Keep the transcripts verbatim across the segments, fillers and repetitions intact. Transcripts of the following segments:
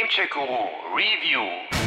Koichekuru Review.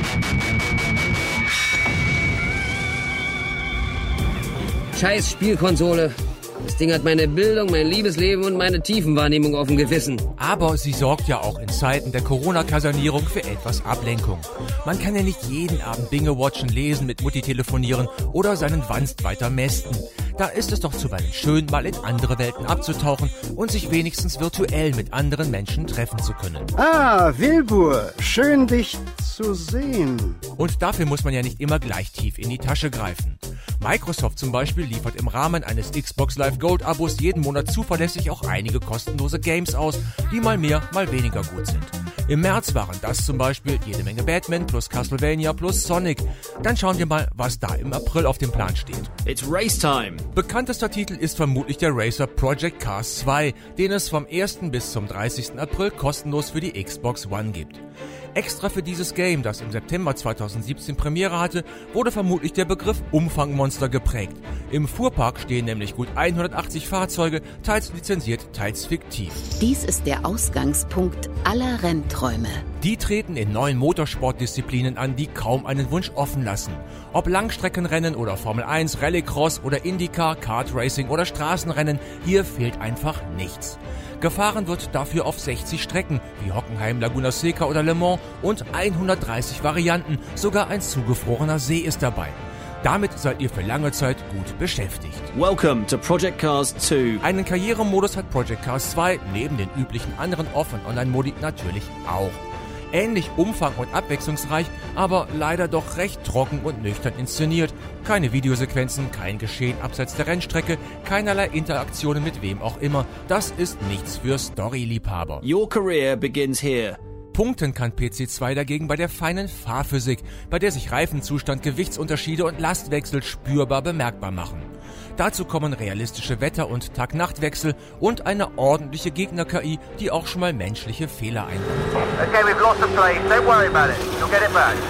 Scheiß Spielkonsole. Das Ding hat meine Bildung, mein Liebesleben und meine Tiefenwahrnehmung auf dem Gewissen. Aber sie sorgt ja auch in Zeiten der Corona-Kasernierung für etwas Ablenkung. Man kann ja nicht jeden Abend Binge-Watchen, lesen, mit Mutti telefonieren oder seinen Wanst weiter mästen. Da ist es doch zuweilen schön, mal in andere Welten abzutauchen und sich wenigstens virtuell mit anderen Menschen treffen zu können. Ah, Wilbur, schön dich zu sehen. Und dafür muss man ja nicht immer gleich tief in die Tasche greifen. Microsoft zum Beispiel liefert im Rahmen eines Xbox Live Gold Abos jeden Monat zuverlässig auch einige kostenlose Games aus, die mal mehr, mal weniger gut sind. Im März waren das zum Beispiel jede Menge Batman plus Castlevania plus Sonic. Dann schauen wir mal, was da im April auf dem Plan steht. It's Race Time. Bekanntester Titel ist vermutlich der Racer Project Cars zwei, den es vom ersten bis zum dreißigsten April kostenlos für die Xbox One gibt. Extra für dieses Game, das im September zweitausendsiebzehn Premiere hatte, wurde vermutlich der Begriff Umfangmonster geprägt. Im Fuhrpark stehen nämlich gut hundertachtzig Fahrzeuge, teils lizenziert, teils fiktiv. Dies ist der Ausgangspunkt aller Rennträume. Die treten in neuen Motorsportdisziplinen an, die kaum einen Wunsch offen lassen. Ob Langstreckenrennen oder Formel eins, Rallycross oder Indycar, Kartracing oder Straßenrennen, hier fehlt einfach nichts. Gefahren wird dafür auf sechzig Strecken, wie Hockenheim, Laguna Seca oder Le Mans, und hundertdreißig Varianten, sogar ein zugefrorener See ist dabei. Damit seid ihr für lange Zeit gut beschäftigt. Welcome to Project Cars zwei. Einen Karrieremodus hat Project Cars zwei neben den üblichen anderen offenen Online-Modi natürlich auch. Ähnlich umfang- und abwechslungsreich, aber leider doch recht trocken und nüchtern inszeniert. Keine Videosequenzen, kein Geschehen abseits der Rennstrecke, keinerlei Interaktionen mit wem auch immer. Das ist nichts für Story-Liebhaber. Your career begins here. Punkten kann P C zwei dagegen bei der feinen Fahrphysik, bei der sich Reifenzustand, Gewichtsunterschiede und Lastwechsel spürbar bemerkbar machen. Dazu kommen realistische Wetter- und Tag-Nacht-Wechsel und eine ordentliche Gegner-K I, die auch schon mal menschliche Fehler einbaut. Okay, we've lost the place. Don't worry about it. You'll get it back.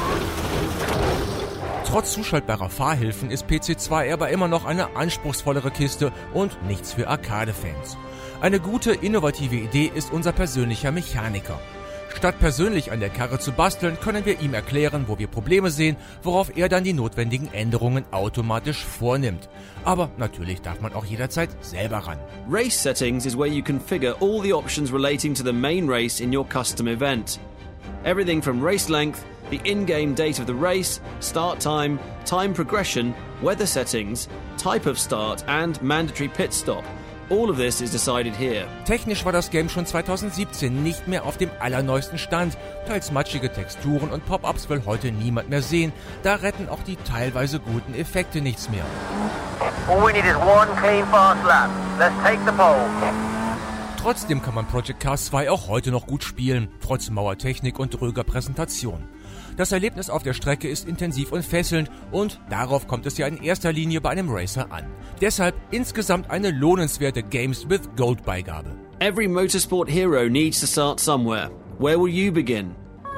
Trotz zuschaltbarer Fahrhilfen ist P C zwei aber immer noch eine anspruchsvollere Kiste und nichts für Arcade-Fans. Eine gute, innovative Idee ist unser persönlicher Mechaniker. Statt persönlich an der Karre zu basteln, können wir ihm erklären, wo wir Probleme sehen, worauf er dann die notwendigen Änderungen automatisch vornimmt. Aber natürlich darf man auch jederzeit selber ran. Race Settings is where you configure all the options relating to the main race in your custom event. Everything from race length, the in-game date of the race, start time, time progression, weather settings, type of start and mandatory pit stop. All of this is decided here. Technisch war das Game schon zweitausendsiebzehn nicht mehr auf dem allerneuesten Stand. Teils matschige Texturen und Pop-ups will heute niemand mehr sehen. Da retten auch die teilweise guten Effekte nichts mehr. All we need is one clean fast lap. Let's take the pole. Trotzdem kann man Project Cars zwei auch heute noch gut spielen, trotz Mauertechnik und dröger Präsentation. Das Erlebnis auf der Strecke ist intensiv und fesselnd und darauf kommt es ja in erster Linie bei einem Racer an. Deshalb insgesamt eine lohnenswerte Games with Gold Beigabe. Every motorsport hero needs to start somewhere. Where will you begin?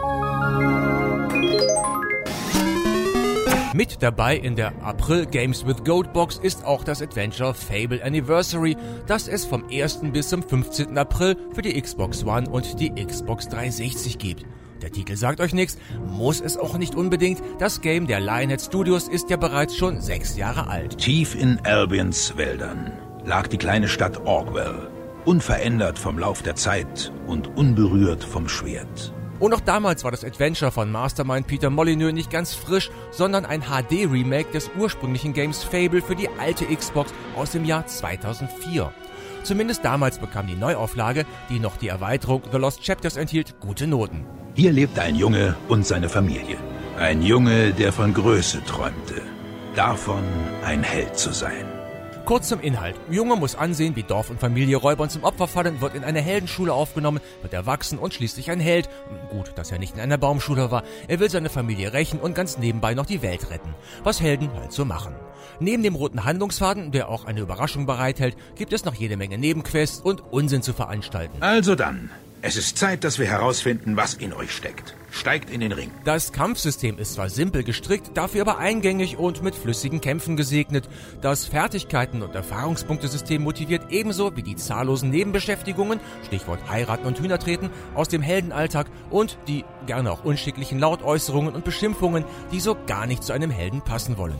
Mit dabei in der April Games with Gold Box ist auch das Adventure Fable Anniversary, das es vom ersten bis zum fünfzehnten April für die Xbox One und die Xbox dreihundertsechzig gibt. Der Titel sagt euch nichts, muss es auch nicht unbedingt. Das Game der Lionhead Studios ist ja bereits schon sechs Jahre alt. Tief in Albions Wäldern lag die kleine Stadt Orgwell, unverändert vom Lauf der Zeit und unberührt vom Schwert. Und auch damals war das Adventure von Mastermind Peter Molyneux nicht ganz frisch, sondern ein H D-Remake des ursprünglichen Games Fable für die alte Xbox aus dem Jahr zweitausendvier. Zumindest damals bekam die Neuauflage, die noch die Erweiterung The Lost Chapters enthielt, gute Noten. Hier lebte ein Junge und seine Familie. Ein Junge, der von Größe träumte. Davon, ein Held zu sein. Kurz zum Inhalt. Junge muss ansehen, wie Dorf und Familie Räubern zum Opfer fallen, wird in eine Heldenschule aufgenommen, wird erwachsen und schließlich ein Held. Gut, dass er nicht in einer Baumschule war. Er will seine Familie rächen und ganz nebenbei noch die Welt retten. Was Helden halt so machen. Neben dem roten Handlungsfaden, der auch eine Überraschung bereithält, gibt es noch jede Menge Nebenquests und Unsinn zu veranstalten. Also dann, es ist Zeit, dass wir herausfinden, was in euch steckt. steigt in den Ring. Das Kampfsystem ist zwar simpel gestrickt, dafür aber eingängig und mit flüssigen Kämpfen gesegnet. Das Fertigkeiten- und Erfahrungspunktesystem motiviert ebenso wie die zahllosen Nebenbeschäftigungen, Stichwort heiraten und Hühnertreten, aus dem Heldenalltag und die gerne auch unschicklichen Lautäußerungen und Beschimpfungen, die so gar nicht zu einem Helden passen wollen.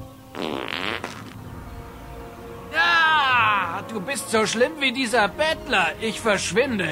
Ja, du bist so schlimm wie dieser Bettler. Ich verschwinde.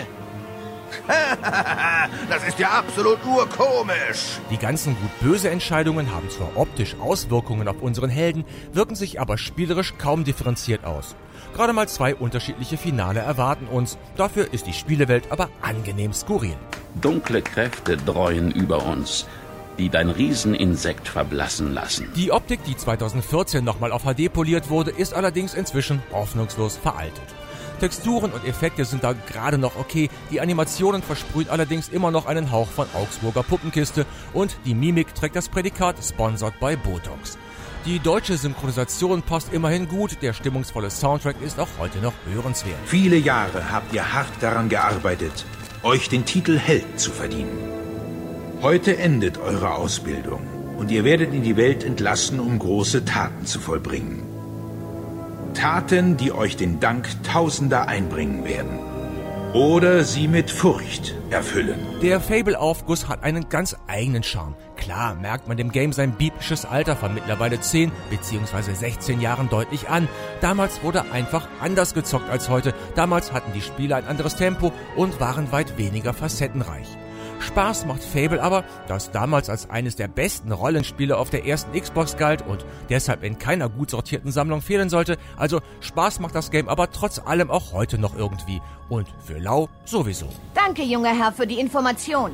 Das ist ja absolut urkomisch. Die ganzen gut-böse Entscheidungen haben zwar optisch Auswirkungen auf unseren Helden, wirken sich aber spielerisch kaum differenziert aus. Gerade mal zwei unterschiedliche Finale erwarten uns. Dafür ist die Spielewelt aber angenehm skurril. Dunkle Kräfte dräuen über uns, die dein Rieseninsekt verblassen lassen. Die Optik, die zweitausendvierzehn nochmal auf H D poliert wurde, ist allerdings inzwischen hoffnungslos veraltet. Texturen und Effekte sind da gerade noch okay, die Animationen versprüht allerdings immer noch einen Hauch von Augsburger Puppenkiste und die Mimik trägt das Prädikat Sponsored by Botox. Die deutsche Synchronisation passt immerhin gut, der stimmungsvolle Soundtrack ist auch heute noch hörenswert. Viele Jahre habt ihr hart daran gearbeitet, euch den Titel Held zu verdienen. Heute endet eure Ausbildung und ihr werdet in die Welt entlassen, um große Taten zu vollbringen. Taten, die euch den Dank Tausender einbringen werden. Oder sie mit Furcht erfüllen. Der Fable-Aufguss hat einen ganz eigenen Charme. Klar merkt man dem Game sein biblisches Alter von mittlerweile zehn bzw. sechzehn Jahren deutlich an. Damals wurde einfach anders gezockt als heute. Damals hatten die Spiele ein anderes Tempo und waren weit weniger facettenreich. Spaß macht Fable aber, das damals als eines der besten Rollenspiele auf der ersten Xbox galt und deshalb in keiner gut sortierten Sammlung fehlen sollte. Also Spaß macht das Game aber trotz allem auch heute noch irgendwie. Und für Lau sowieso. Danke, junger Herr, für die Information.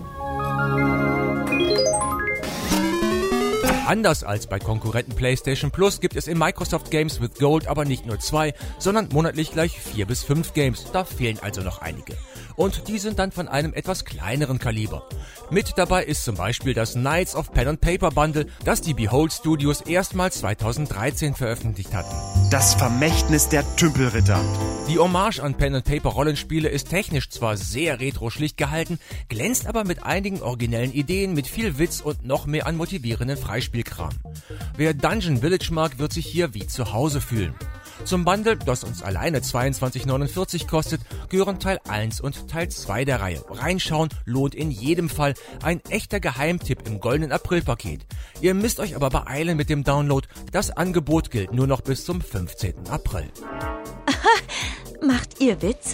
Anders als bei Konkurrenten PlayStation Plus gibt es in Microsoft Games with Gold aber nicht nur zwei, sondern monatlich gleich vier bis fünf Games. Da fehlen also noch einige. Und die sind dann von einem etwas kleineren Kaliber. Mit dabei ist zum Beispiel das Knights of Pen and Paper Bundle, das die Behold Studios erstmals zweitausenddreizehn veröffentlicht hatten. Das Vermächtnis der Tümpelritter. Die Hommage an Pen and Paper Rollenspiele ist technisch zwar sehr retro-schlicht gehalten, glänzt aber mit einigen originellen Ideen, mit viel Witz und noch mehr an motivierenden Freispielkram. Wer Dungeon Village mag, wird sich hier wie zu Hause fühlen. Zum Bundle, das uns alleine zweiundzwanzig neunundvierzig kostet, gehören Teil eins und Teil zwei der Reihe. Reinschauen lohnt in jedem Fall. Ein echter Geheimtipp im goldenen April-Paket. Ihr müsst euch aber beeilen mit dem Download. Das Angebot gilt nur noch bis zum fünfzehnten April. Macht ihr Witze?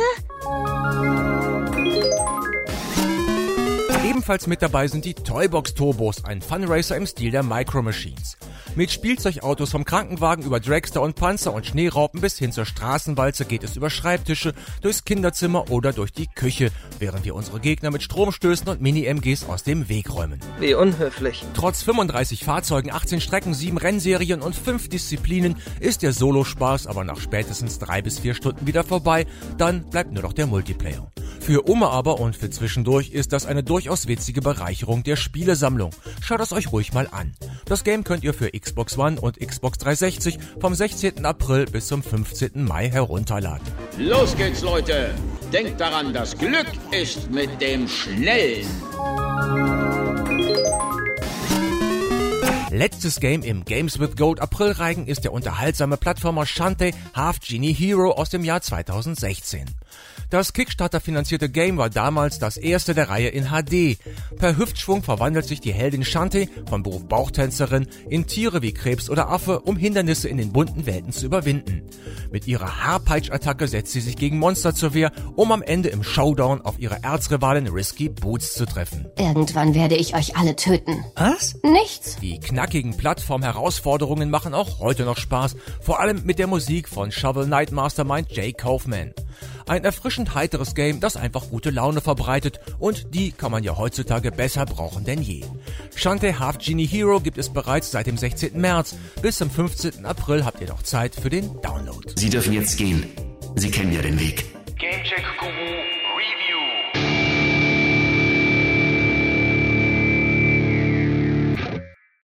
Ebenfalls mit dabei sind die Toybox Turbos, ein Funracer im Stil der Micro Machines. Mit Spielzeugautos vom Krankenwagen über Dragster und Panzer und Schneeraupen bis hin zur Straßenwalze geht es über Schreibtische, durchs Kinderzimmer oder durch die Küche, während wir unsere Gegner mit Stromstößen und Mini-M Gs aus dem Weg räumen. Wie unhöflich. Trotz fünfunddreißig Fahrzeugen, achtzehn Strecken, sieben Rennserien und fünf Disziplinen ist der Solo-Spaß aber nach spätestens drei bis vier Stunden wieder vorbei, dann bleibt nur noch der Multiplayer. Für Oma aber und für zwischendurch ist das eine durchaus witzige Bereicherung der Spielesammlung. Schaut es euch ruhig mal an. Das Game könnt ihr für Xbox One und Xbox dreihundertsechzig vom sechzehnten April bis zum fünfzehnten Mai herunterladen. Los geht's, Leute! Denkt daran, das Glück ist mit dem Schnellen. Letztes Game im Games with Gold Aprilreigen ist der unterhaltsame Plattformer Shantae Half Genie Hero aus dem Jahr zweitausendsechzehn. Das Kickstarter-finanzierte Game war damals das erste der Reihe in H D. Per Hüftschwung verwandelt sich die Heldin Shantae, von Beruf Bauchtänzerin, in Tiere wie Krebs oder Affe, um Hindernisse in den bunten Welten zu überwinden. Mit ihrer Haarpeitsch-Attacke setzt sie sich gegen Monster zur Wehr, um am Ende im Showdown auf ihre Erzrivalin Risky Boots zu treffen. Irgendwann werde ich euch alle töten. Was? Nichts. Die knackigen Plattform-Herausforderungen machen auch heute noch Spaß, vor allem mit der Musik von Shovel Knight Mastermind Jay Kaufman. Ein erfrischend heiteres Game, das einfach gute Laune verbreitet und die kann man ja heutzutage besser brauchen denn je. Shantae Half Genie Hero gibt es bereits seit dem sechzehnten März. Bis zum fünfzehnten April habt ihr noch Zeit für den Download. Sie dürfen jetzt gehen. Sie kennen ja den Weg. Gamecheck Guru